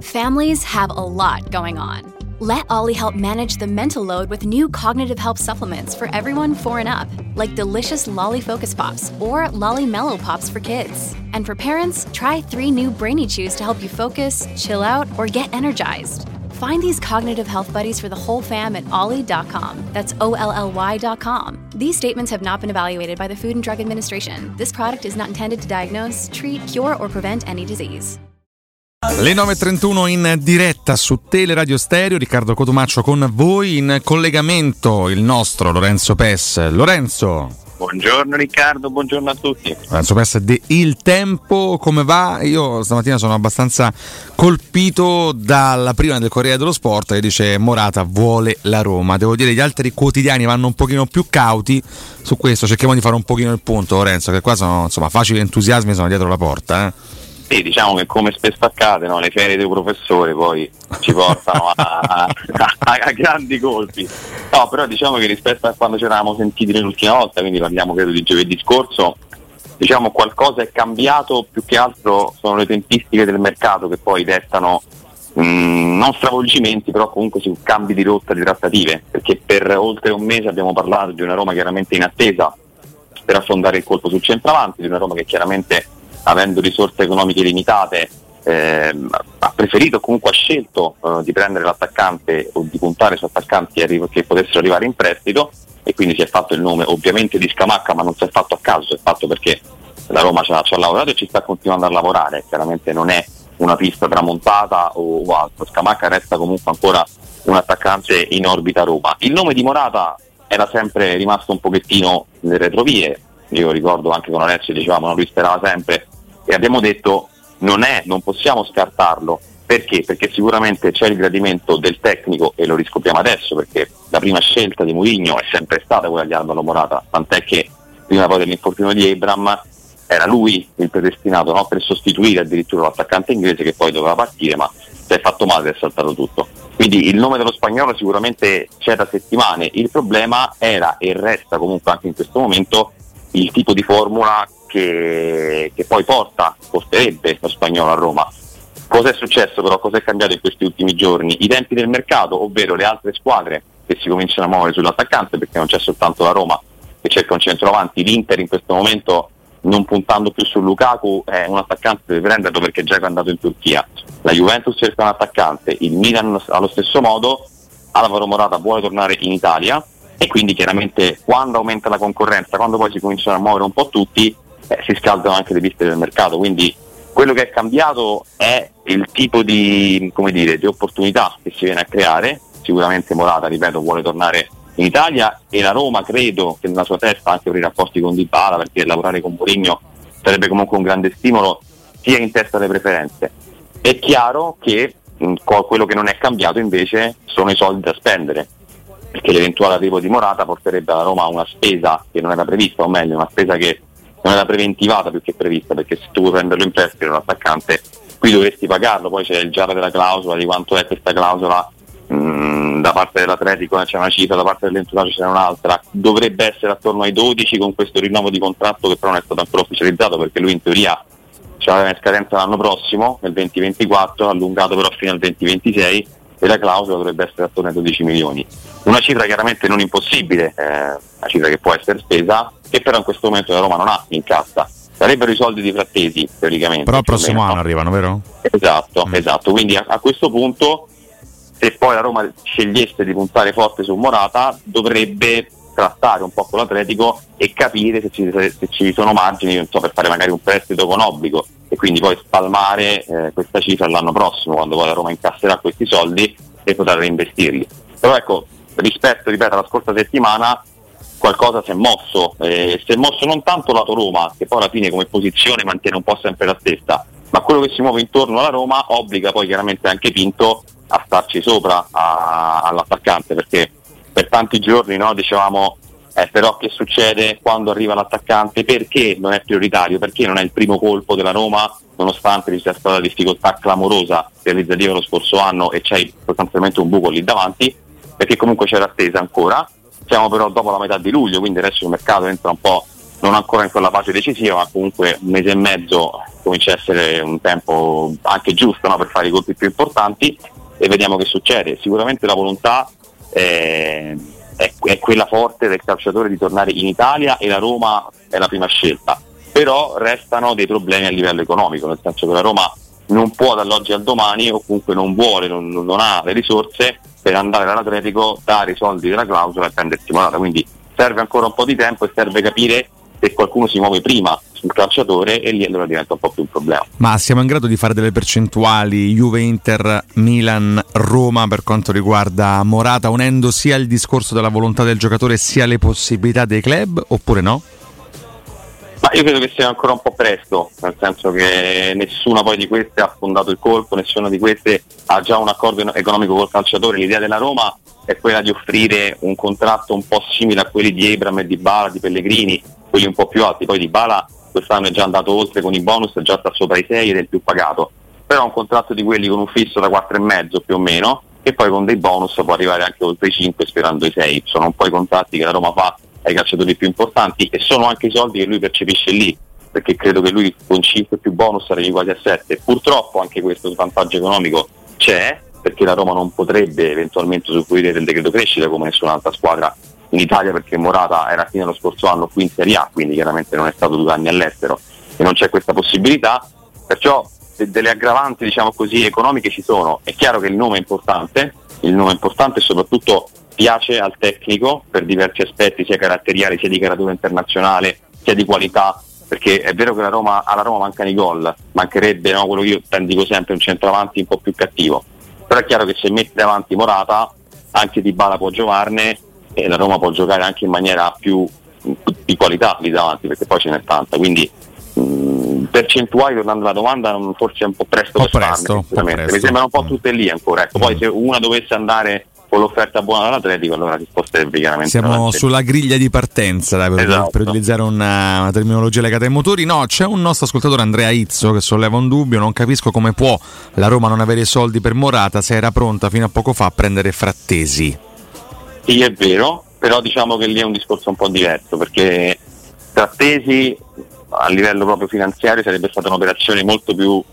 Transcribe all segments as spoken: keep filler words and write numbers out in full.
Families have a lot going on. Let Ollie help manage the mental load with new cognitive help supplements for everyone four and up, like delicious Lolly Focus Pops or Lolly Mellow Pops for kids. And for parents, try three new Brainy Chews to help you focus, chill out, or get energized. Find these cognitive health buddies for the whole fam at ollie dot com. That's O L L Y dot com. These statements have not been evaluated by the Food and Drug Administration. This product is not intended to diagnose, treat, cure, or prevent any disease. Le nove e trentuno in diretta su Teleradio Stereo, Riccardo Cotumaccio con voi, in collegamento il nostro Lorenzo Pes. Lorenzo. Buongiorno Riccardo, buongiorno a tutti. Lorenzo Pes di Il Tempo, come va? Io stamattina sono abbastanza colpito dalla prima del Corriere dello Sport che dice Morata vuole la Roma. Devo dire gli altri quotidiani vanno un pochino più cauti su questo, cerchiamo di fare un pochino il punto, Lorenzo, che qua sono insomma facili entusiasmi, sono dietro la porta, eh. Sì, diciamo che come spesso accade, no? Le ferie dei professori poi ci portano a, a, a, a grandi colpi. No, però diciamo che rispetto a quando ci eravamo sentiti l'ultima volta, quindi parliamo credo di giovedì scorso, diciamo qualcosa è cambiato, più che altro sono le tempistiche del mercato che poi dettano mh, non stravolgimenti, però comunque su cambi di rotta, di trattative, perché per oltre un mese abbiamo parlato di una Roma chiaramente in attesa per affondare il colpo sul centravanti, di una Roma che chiaramente, avendo risorse economiche limitate, eh, ha preferito, comunque ha scelto eh, di prendere l'attaccante o di puntare su attaccanti arri- che potessero arrivare in prestito, e quindi si è fatto il nome ovviamente di Scamacca, ma non si è fatto a caso, si è fatto perché la Roma ci ha, ci ha lavorato e ci sta continuando a lavorare. Chiaramente non è una pista tramontata o, o altro. Scamacca resta comunque ancora un attaccante in orbita Roma. Il nome di Morata era sempre rimasto un pochettino nelle retrovie. Io ricordo anche con Alessio dicevamo, no, lui sperava sempre, e abbiamo detto non è, non possiamo scartarlo. Perché? Perché sicuramente c'è il gradimento del tecnico, e lo riscopriamo adesso perché la prima scelta di Mourinho è sempre stata quella di Alvaro Morata, tant'è che prima poi dell'infortunio di Abraham era lui il predestinato, no, per sostituire addirittura l'attaccante inglese che poi doveva partire, ma si è fatto male, è saltato tutto. Quindi il nome dello spagnolo sicuramente c'è da settimane. Il problema era e resta comunque anche in questo momento il tipo di formula che, che poi porta, porterebbe lo spagnolo a Roma. Cosa è successo però? Cosa è cambiato in questi ultimi giorni? I tempi del mercato, ovvero le altre squadre che si cominciano a muovere sull'attaccante, perché non c'è soltanto la Roma che cerca un centravanti. L'Inter in questo momento, non puntando più su Lukaku, è un attaccante, deve prenderlo perché già è andato in Turchia. La Juventus cerca un attaccante, il Milan allo stesso modo. Alvaro Morata vuole tornare in Italia, e quindi chiaramente quando aumenta la concorrenza, quando poi si cominciano a muovere un po' tutti, eh, si scaldano anche le piste del mercato. Quindi quello che è cambiato è il tipo di, come dire, di opportunità che si viene a creare. Sicuramente Morata, ripeto, vuole tornare in Italia, e la Roma credo che nella sua testa, anche per i rapporti con Dybala, perché lavorare con Mourinho sarebbe comunque un grande stimolo, sia in testa alle preferenze. È chiaro che mh, quello che non è cambiato invece sono i soldi da spendere, perché l'eventuale arrivo di Morata porterebbe alla Roma a una spesa che non era prevista, o meglio una spesa che non era preventivata più che prevista, perché se tu vuoi prenderlo in prestito un attaccante qui dovresti pagarlo. Poi c'è il giallo della clausola, di quanto è questa clausola mh, da parte dell'Atletico, c'è una cifra, da parte dell'entourage c'è un'altra. Dovrebbe essere attorno ai dodici con questo rinnovo di contratto che però non è stato ancora ufficializzato, perché lui in teoria c'aveva in scadenza l'anno prossimo, nel venti ventiquattro, allungato però fino al venti ventisei, e la clausola dovrebbe essere attorno ai dodici milioni. Una cifra chiaramente non impossibile, eh, una cifra che può essere spesa, che però in questo momento la Roma non ha in cassa. Sarebbero i soldi di Frattesi teoricamente. Però il prossimo meno, anno no? arrivano, vero? Esatto, Mm. esatto. Quindi a, a questo punto, se poi la Roma scegliesse di puntare forte su Morata, dovrebbe trattare un po' con l'Atletico e capire se ci, se ci sono margini, non so, per fare magari un prestito con obbligo, e quindi poi spalmare eh, questa cifra l'anno prossimo, quando poi la Roma incasserà questi soldi, e potrà reinvestirli. Però ecco, rispetto, ripeto, alla scorsa settimana qualcosa si è mosso, eh, si è mosso non tanto lato Roma, che poi alla fine come posizione mantiene un po' sempre la stessa, ma quello che si muove intorno alla Roma obbliga poi chiaramente anche Pinto a starci sopra a, all'attaccante, perché per tanti giorni, no, dicevamo eh, però che succede quando arriva l'attaccante, perché non è prioritario, perché non è il primo colpo della Roma, nonostante ci sia stata una difficoltà clamorosa realizzativa lo scorso anno e c'è sostanzialmente un buco lì davanti, perché comunque c'è l'attesa ancora. Siamo però dopo la metà di luglio, quindi adesso il mercato entra un po' non ancora in quella fase decisiva, ma comunque un mese e mezzo comincia a essere un tempo anche giusto, no, per fare i colpi più importanti, e vediamo che succede. Sicuramente la volontà è, è, è quella forte del calciatore di tornare in Italia, e la Roma è la prima scelta, però restano dei problemi a livello economico, nel senso che la Roma non può dall'oggi al domani, o comunque non vuole, non, non ha le risorse per andare all'Atletico, dare i soldi della clausola e prendersi Morata, quindi serve ancora un po' di tempo e serve capire se qualcuno si muove prima sul calciatore, e lì allora diventa un po' più un problema. Ma siamo in grado di fare delle percentuali Juve, Inter, Milan, Roma per quanto riguarda Morata, unendo sia il discorso della volontà del giocatore sia le possibilità dei club, oppure no? Ma io credo che sia ancora un po' presto, nel senso che nessuna poi di queste ha affondato il colpo, nessuna di queste ha già un accordo economico col calciatore. L'idea della Roma è quella di offrire un contratto un po' simile a quelli di Ebram e di Bala, di Pellegrini, quelli un po' più alti. Poi di Bala quest'anno è già andato oltre con i bonus, già sta sopra i sei ed è il più pagato, però un contratto di quelli con un fisso da quattro e mezzo più o meno, e poi con dei bonus può arrivare anche oltre i cinque, sperando i sei. Sono un po' i contratti che la Roma fa ai calciatori più importanti, e sono anche i soldi che lui percepisce lì, perché credo che lui con cinque più bonus arrivi quasi a sette. Purtroppo anche questo vantaggio economico c'è, perché la Roma non potrebbe eventualmente usufruire del decreto crescita come nessun'altra squadra in Italia, perché Morata era fino allo scorso anno qui in Serie A, quindi chiaramente non è stato due anni all'estero e non c'è questa possibilità. Perciò de- delle aggravanti, diciamo così, economiche ci sono. È chiaro che il nome è importante, il nome è importante e soprattutto piace al tecnico per diversi aspetti, sia caratteriali, sia di caratura internazionale, sia di qualità, perché è vero che la Roma, alla Roma mancano i gol, mancherebbe, no, quello che io dico sempre, un centravanti un po' più cattivo, però è chiaro che se metti davanti Morata anche Dybala può giovarne, e la Roma può giocare anche in maniera più di qualità lì davanti, perché poi ce n'è tanta. Quindi mh, percentuali, tornando alla domanda, forse è un po' presto po' per presto, farne, presto. mi sembrano un po' tutte lì ancora, ecco. Poi se una dovesse andare con l'offerta buona dall'Atletico, allora la risposta è chiaramente siamo sulla griglia di partenza, dai, per, esatto. per utilizzare una, una terminologia legata ai motori. No, c'è un nostro ascoltatore, Andrea Izzo, che solleva un dubbio: non capisco come può la Roma non avere soldi per Morata se era pronta fino a poco fa a prendere Frattesi. Sì, è vero, però diciamo che lì è un discorso un po' diverso, perché Frattesi a livello proprio finanziario sarebbe stata un'operazione molto più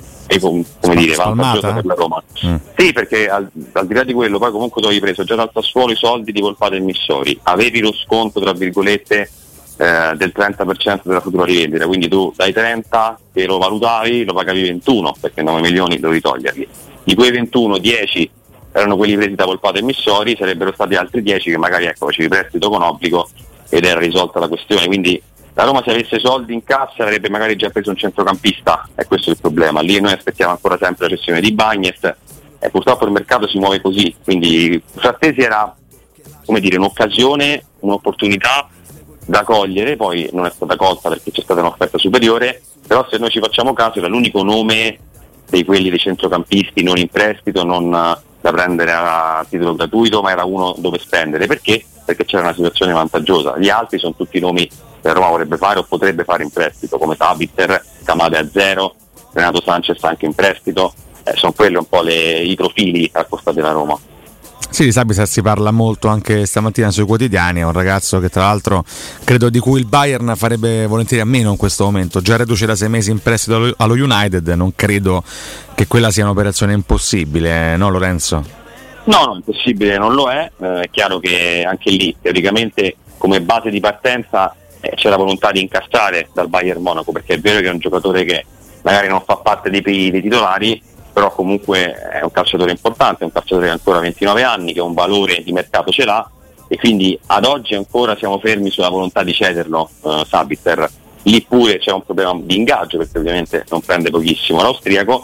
e come dire vantaggiosa per la Roma. Mm. Sì, perché al, al di là di quello poi comunque tu avevi preso già dal Sassuolo i soldi di Volpato e Missori, avevi lo sconto tra virgolette eh, del trenta per cento della futura rivendita, quindi tu dai trenta che lo valutavi lo pagavi ventuno, perché nove milioni dovevi toglierli. Di quei ventuno, dieci erano quelli presi da Volpato e Missori, sarebbero stati altri dieci che magari ecco facevi prestito con obbligo ed era risolta la questione. Quindi la Roma, se avesse soldi in cassa, avrebbe magari già preso un centrocampista, e questo è il problema. Lì noi aspettiamo ancora sempre la cessione di Bagnez, e purtroppo il mercato si muove così. Quindi Frattesi era, come dire, un'occasione, un'opportunità da cogliere, poi non è stata colta perché c'è stata un'offerta superiore, però se noi ci facciamo caso era l'unico nome dei quelli dei centrocampisti non in prestito, non da prendere a titolo gratuito, ma era uno dove spendere. Perché? Perché c'era una situazione vantaggiosa. Gli altri sono tutti nomi che la Roma vorrebbe fare o potrebbe fare in prestito, come Sabitzer, Camade a zero, Renato Sanchez anche in prestito, eh, sono quelli un po' le, i profili al costo della Roma. Sì, di Sabitzer si parla molto anche stamattina sui quotidiani, è un ragazzo che tra l'altro credo di cui il Bayern farebbe volentieri a meno in questo momento, già reduce da sei mesi in prestito allo, allo United, non credo che quella sia un'operazione impossibile, no Lorenzo? No, no, impossibile non lo è, eh, è chiaro che anche lì teoricamente come base di partenza eh, c'è la volontà di incassare dal Bayern Monaco, perché è vero che è un giocatore che magari non fa parte dei, dei titolari, però comunque è un calciatore importante, è un calciatore che ha ancora ventinove anni, che un valore di mercato ce l'ha, e quindi ad oggi ancora siamo fermi sulla volontà di cederlo eh, Sabitzer. Lì pure c'è un problema di ingaggio, perché ovviamente non prende pochissimo l'austriaco,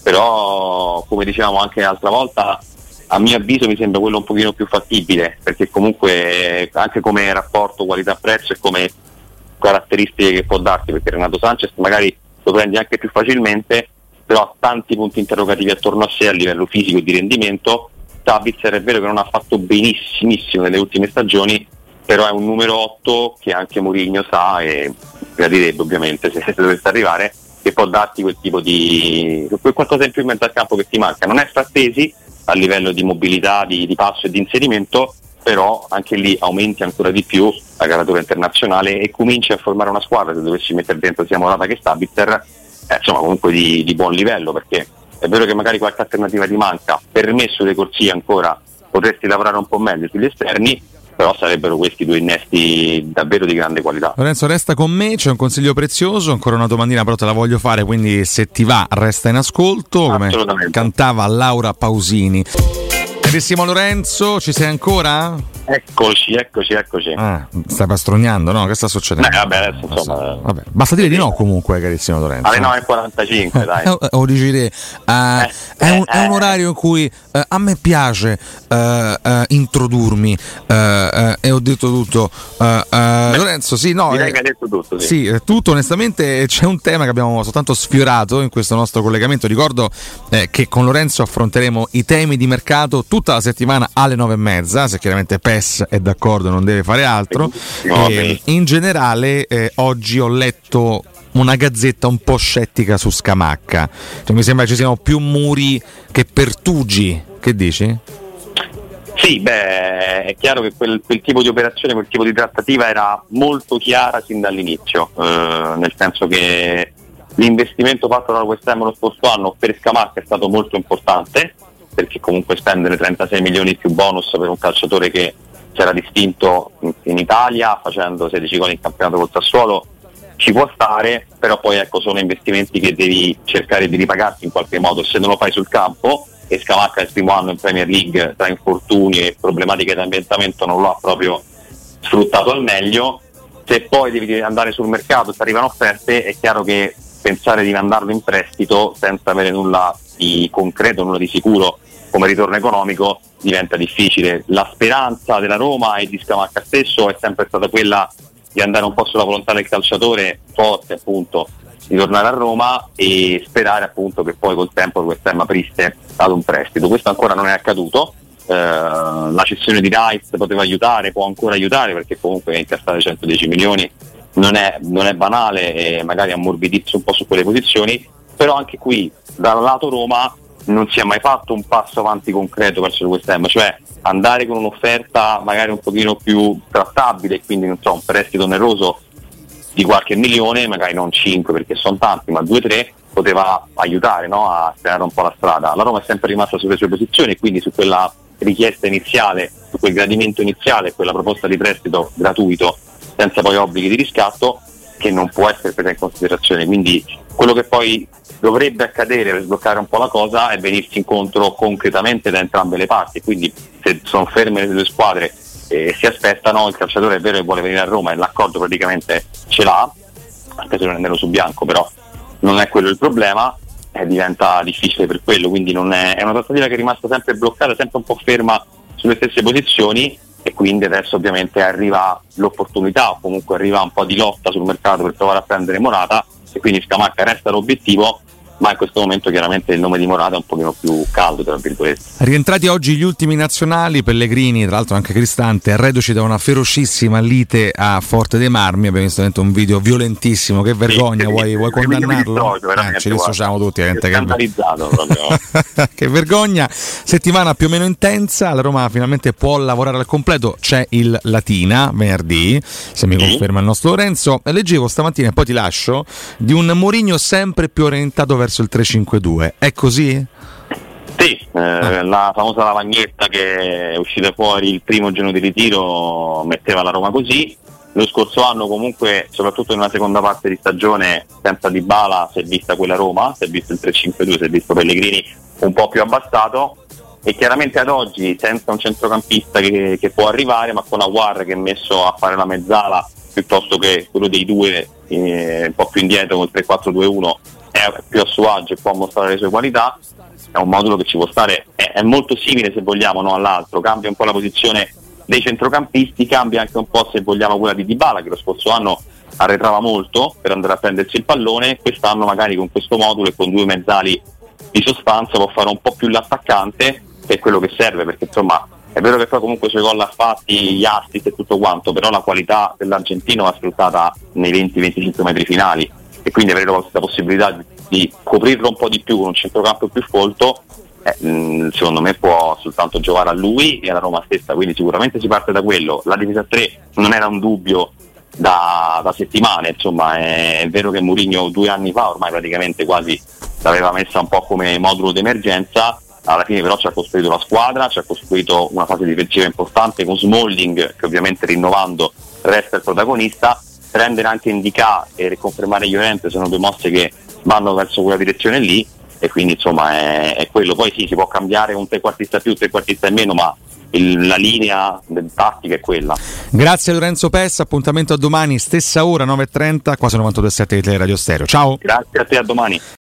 però come dicevamo anche l'altra volta, a mio avviso mi sembra quello un pochino più fattibile, perché comunque anche come rapporto qualità-prezzo e come caratteristiche che può darti, perché Renato Sanchez magari lo prendi anche più facilmente, però ha tanti punti interrogativi attorno a sé a livello fisico e di rendimento. Sabitzer è vero che non ha fatto benissimissimo nelle ultime stagioni, però è un numero otto che anche Mourinho sa, e gradirebbe ovviamente se, se dovesse arrivare, che può darti quel tipo di qualcosa in più in mezzo al campo che ti manca. Non è Frattesi a livello di mobilità, di, di passo e di inserimento, però anche lì aumenti ancora di più la caratura internazionale e cominci a formare una squadra, se dovessi mettere dentro sia Morata che Sabitzer, eh, insomma comunque di, di buon livello, perché è vero che magari qualche alternativa ti manca, per me sulle corsie ancora potresti lavorare un po' meglio sugli esterni, però sarebbero questi due innesti davvero di grande qualità. Lorenzo, resta con me, c'è un consiglio prezioso, ancora una domandina però te la voglio fare, quindi se ti va resta in ascolto, come cantava Laura Pausini. Carissimo Lorenzo, ci sei ancora? Eccoci, eccoci, eccoci. Ah, stai pastrugnando, no? Che sta succedendo? Beh, vabbè, adesso insomma. Vabbè, basta dire di no comunque, carissimo Lorenzo. Alle nove e quarantacinque, dai. Eh, o dici te, uh, eh, è, un, è un orario in cui uh, a me piace uh, uh, introdurmi uh, uh, e ho detto tutto. Uh, uh, Beh, Lorenzo, sì, no. Direi eh, che hai detto tutto, sì. Sì, tutto, onestamente c'è un tema che abbiamo soltanto sfiorato in questo nostro collegamento. Ricordo eh, che con Lorenzo affronteremo i temi di mercato tutta la settimana alle nove e mezza, se chiaramente P E S è d'accordo, non deve fare altro. E in generale eh, oggi ho letto una gazzetta un po' scettica su Scamacca, cioè, mi sembra ci siano più muri che pertugi. Che dici? Sì, beh, è chiaro che quel, quel tipo di operazione, quel tipo di trattativa era molto chiara sin dall'inizio, eh, nel senso che l'investimento fatto dalla West Ham lo scorso anno per Scamacca è stato molto importante, perché comunque spendere trentasei milioni più bonus per un calciatore che si era distinto in Italia facendo sedici gol in campionato col Sassuolo ci può stare, però poi ecco sono investimenti che devi cercare di ripagarti in qualche modo, se non lo fai sul campo, e Scamacca il primo anno in Premier League tra infortuni e problematiche di ambientamento non lo ha proprio sfruttato al meglio, se poi devi andare sul mercato, se arrivano offerte, è chiaro che pensare di mandarlo in prestito senza avere nulla di concreto, nulla di sicuro come ritorno economico diventa difficile. La speranza della Roma e di Scamacca stesso è sempre stata quella di andare un po' sulla volontà del calciatore forte, appunto, di tornare a Roma e sperare appunto che poi col tempo il West Ham aprisse ad un prestito. Questo ancora non è accaduto, eh, la cessione di Rice poteva aiutare, può ancora aiutare, perché comunque incassare centodieci milioni non è, non è banale e magari ammorbidirsi un po' su quelle posizioni, però anche qui dal lato Roma non si è mai fatto un passo avanti concreto verso il West Ham, cioè andare con un'offerta magari un pochino più trattabile, quindi non so, un prestito oneroso di qualche milione, magari non cinque perché sono tanti, ma due tre poteva aiutare, no, a creare un po' la strada. La Roma è sempre rimasta sulle sue posizioni, quindi su quella richiesta iniziale, su quel gradimento iniziale, quella proposta di prestito gratuito senza poi obblighi di riscatto, che non può essere presa in considerazione. Quindi quello che poi dovrebbe accadere per sbloccare un po' la cosa è venirsi incontro concretamente da entrambe le parti, quindi se sono ferme le due squadre e si aspettano, il calciatore è vero che vuole venire a Roma e l'accordo praticamente ce l'ha, anche se non è nero su bianco, però non è quello il problema, eh, diventa difficile per quello, quindi non è, è una trattativa che è rimasta sempre bloccata, sempre un po' ferma sulle stesse posizioni, e quindi adesso ovviamente arriva l'opportunità o comunque arriva un po' di lotta sul mercato per provare a prendere Morata, e quindi Scamacca resta l'obiettivo, ma in questo momento chiaramente il nome di Morata è un pochino più caldo, tra virgolette. Rientrati oggi gli ultimi nazionali, Pellegrini, tra l'altro anche Cristante, reduci da una ferocissima lite a Forte dei Marmi. Abbiamo visto dentro un video violentissimo, che vergogna, sì, vuoi, sì, vuoi condannarlo? Eh, ci dissociamo tutti, che, che vergogna. Settimana più o meno intensa, la Roma finalmente può lavorare al completo, c'è il Latina venerdì, se mi sì. conferma il nostro Lorenzo. Leggevo stamattina, e poi ti lascio, di un Mourinho sempre più orientato verso il tre cinque due, è così? Sì, eh, la famosa lavagnetta che è uscita fuori il primo giorno di ritiro metteva la Roma così. Lo scorso anno comunque, soprattutto nella seconda parte di stagione, senza Dybala si è vista quella Roma, si è visto il tre cinque due, si è visto Pellegrini un po' più abbassato, e chiaramente ad oggi senza un centrocampista che, che può arrivare, ma con Aouar che è messo a fare la mezzala piuttosto che quello dei due eh, un po' più indietro con il tre quattro due uno, è più a suo agio e può mostrare le sue qualità. È un modulo che ci può stare, è, è molto simile se vogliamo, no, all'altro, cambia un po' la posizione dei centrocampisti, cambia anche un po' se vogliamo quella di Dybala, che lo scorso anno arretrava molto per andare a prendersi il pallone, quest'anno magari con questo modulo e con due mezzali di sostanza può fare un po' più l'attaccante, che è quello che serve, perché insomma è vero che poi comunque i suoi gol ha fatti, gli assist e tutto quanto, però la qualità dell'argentino va sfruttata nei venti venticinque metri finali, e quindi avere la possibilità di, di coprirlo un po' di più con un centrocampo più folto eh, mh, secondo me può soltanto giocare a lui e alla Roma stessa, quindi sicuramente si parte da quello. La difesa a tre non era un dubbio da, da settimane, insomma è, è vero che Mourinho due anni fa ormai praticamente quasi l'aveva messa un po' come modulo d'emergenza, alla fine però ci ha costruito la squadra, ci ha costruito una fase difensiva importante con Smalling che ovviamente rinnovando resta il protagonista. Prendere anche Ndicà e riconfermare Llorente sono due mosse che vanno verso quella direzione lì, e quindi insomma è, è quello. Poi sì, si può cambiare un trequartista più, un trequartista in meno, ma il, la linea del tattica è quella. Grazie Lorenzo Pessa, appuntamento a domani stessa ora nove e trenta, quasi novantadue virgola sette di Teleradio Stereo. Ciao. Grazie a te, a domani.